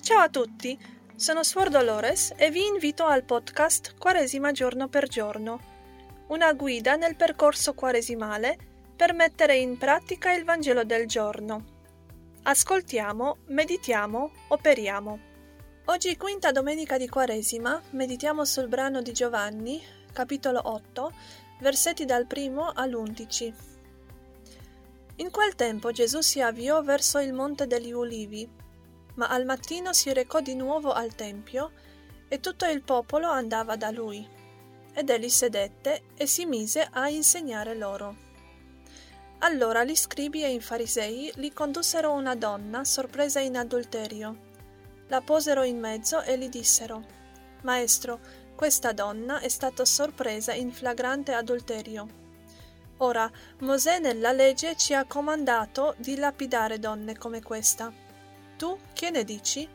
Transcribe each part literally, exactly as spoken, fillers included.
Ciao a tutti, sono Suor Dolores e vi invito al podcast Quaresima giorno per giorno, una guida nel percorso quaresimale per mettere in pratica il Vangelo del giorno. Ascoltiamo, meditiamo, operiamo. Oggi, quinta domenica di Quaresima, meditiamo sul brano di Giovanni, capitolo otto, versetti dal primo all'undici. In quel tempo Gesù si avviò verso il Monte degli Ulivi, ma al mattino si recò di nuovo al Tempio e tutto il popolo andava da lui. Ed egli sedette e si mise a insegnare loro. Allora gli scribi e i farisei gli condussero una donna sorpresa in adulterio. La posero in mezzo e gli dissero: «Maestro, questa donna è stata sorpresa in flagrante adulterio. Ora, Mosè nella legge ci ha comandato di lapidare donne come questa. Tu che ne dici?»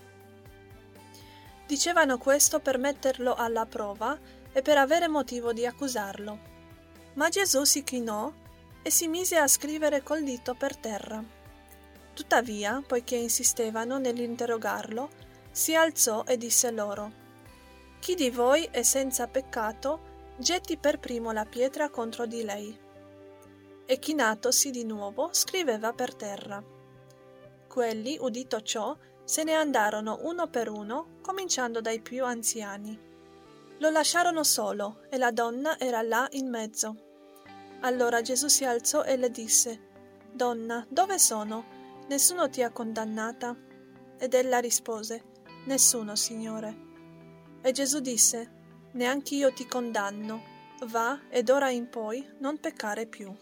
Dicevano questo per metterlo alla prova e per avere motivo di accusarlo. Ma Gesù si chinò e si mise a scrivere col dito per terra. Tuttavia, poiché insistevano nell'interrogarlo, si alzò e disse loro: «Chi di voi è senza peccato, getti per primo la pietra contro di lei». E chinatosi di nuovo, scriveva per terra. Quelli, udito ciò, se ne andarono uno per uno, cominciando dai più anziani. Lo lasciarono solo, e la donna era là in mezzo. Allora Gesù si alzò e le disse: «Donna, dove sono? Nessuno ti ha condannata?» Ed ella rispose: «Nessuno, Signore». E Gesù disse: «Neanch'io ti condanno. Va, ed ora in poi non peccare più».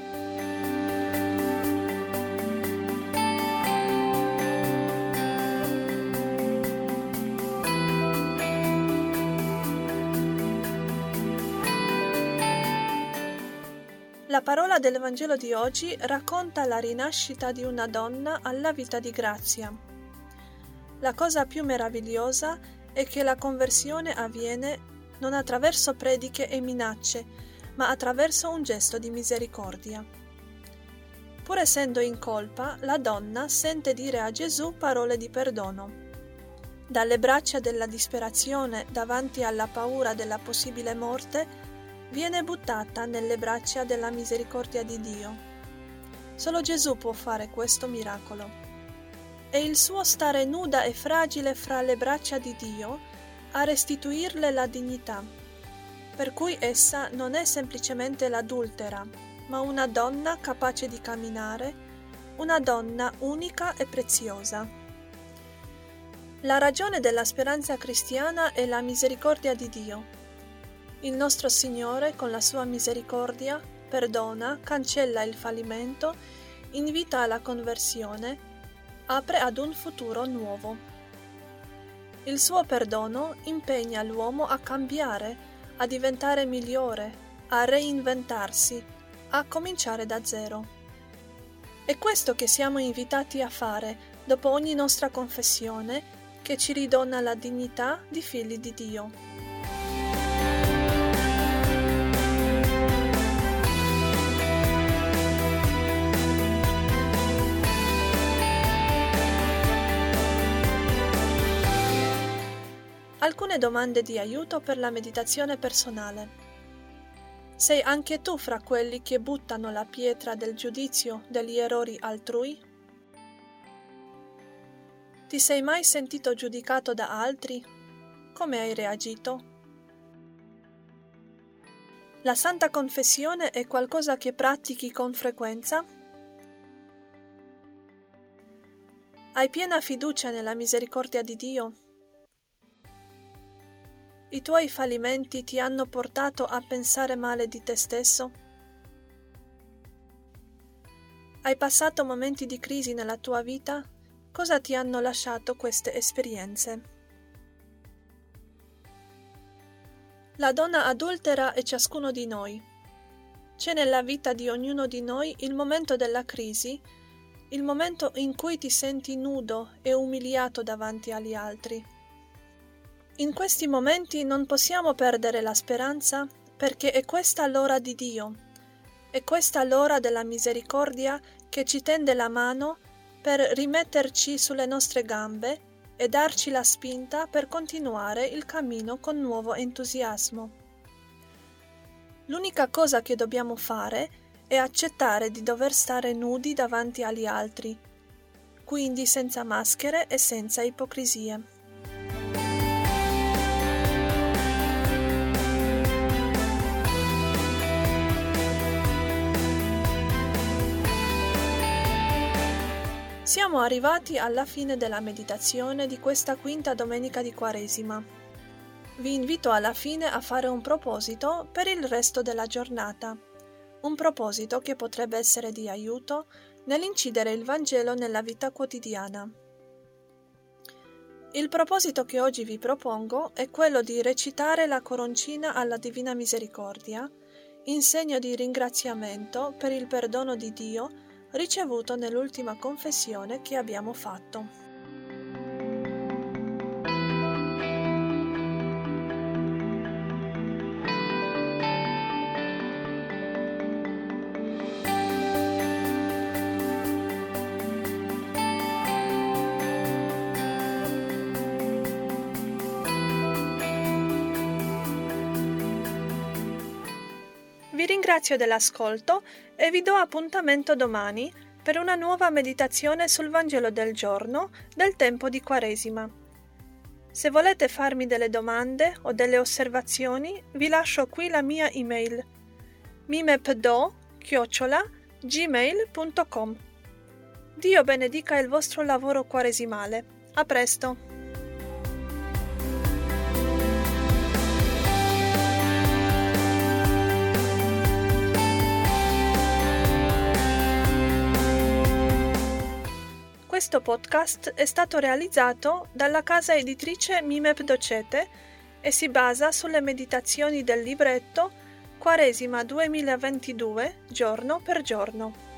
La parola del Vangelo di oggi racconta la rinascita di una donna alla vita di grazia. La cosa più meravigliosa è che la conversione avviene non attraverso prediche e minacce, ma attraverso un gesto di misericordia. Pur essendo in colpa, la donna sente dire a Gesù parole di perdono. Dalle braccia della disperazione davanti alla paura della possibile morte, viene buttata nelle braccia della misericordia di Dio. Solo Gesù può fare questo miracolo. E il suo stare nuda e fragile fra le braccia di Dio a restituirle la dignità, per cui essa non è semplicemente l'adultera, ma una donna capace di camminare, una donna unica e preziosa. La ragione della speranza cristiana è la misericordia di Dio. Il nostro Signore, con la sua misericordia, perdona, cancella il fallimento, invita alla conversione, apre ad un futuro nuovo. Il suo perdono impegna l'uomo a cambiare, a diventare migliore, a reinventarsi, a cominciare da zero. È questo che siamo invitati a fare dopo ogni nostra confessione, che ci ridona la dignità di figli di Dio. Alcune domande di aiuto per la meditazione personale. Sei anche tu fra quelli che buttano la pietra del giudizio degli errori altrui? Ti sei mai sentito giudicato da altri? Come hai reagito? La Santa Confessione è qualcosa che pratichi con frequenza? Hai piena fiducia nella misericordia di Dio? I tuoi fallimenti ti hanno portato a pensare male di te stesso? Hai passato momenti di crisi nella tua vita? Cosa ti hanno lasciato queste esperienze? La donna adultera è ciascuno di noi. C'è nella vita di ognuno di noi il momento della crisi, il momento in cui ti senti nudo e umiliato davanti agli altri. In questi momenti non possiamo perdere la speranza, perché è questa l'ora di Dio, è questa l'ora della misericordia che ci tende la mano per rimetterci sulle nostre gambe e darci la spinta per continuare il cammino con nuovo entusiasmo. L'unica cosa che dobbiamo fare è accettare di dover stare nudi davanti agli altri, quindi senza maschere e senza ipocrisie. Siamo arrivati alla fine della meditazione di questa quinta domenica di Quaresima. Vi invito alla fine a fare un proposito per il resto della giornata, un proposito che potrebbe essere di aiuto nell'incidere il Vangelo nella vita quotidiana. Il proposito che oggi vi propongo è quello di recitare la coroncina alla Divina Misericordia in segno di ringraziamento per il perdono di Dio ricevuto nell'ultima confessione che abbiamo fatto. Vi ringrazio dell'ascolto e vi do appuntamento domani per una nuova meditazione sul Vangelo del giorno del tempo di Quaresima. Se volete farmi delle domande o delle osservazioni, vi lascio qui la mia email mimepdo chiocciola gmail punto com. Dio benedica il vostro lavoro quaresimale. A presto! Questo podcast è stato realizzato dalla casa editrice Mimep Docete e si basa sulle meditazioni del libretto Quaresima duemilaventidue giorno per giorno.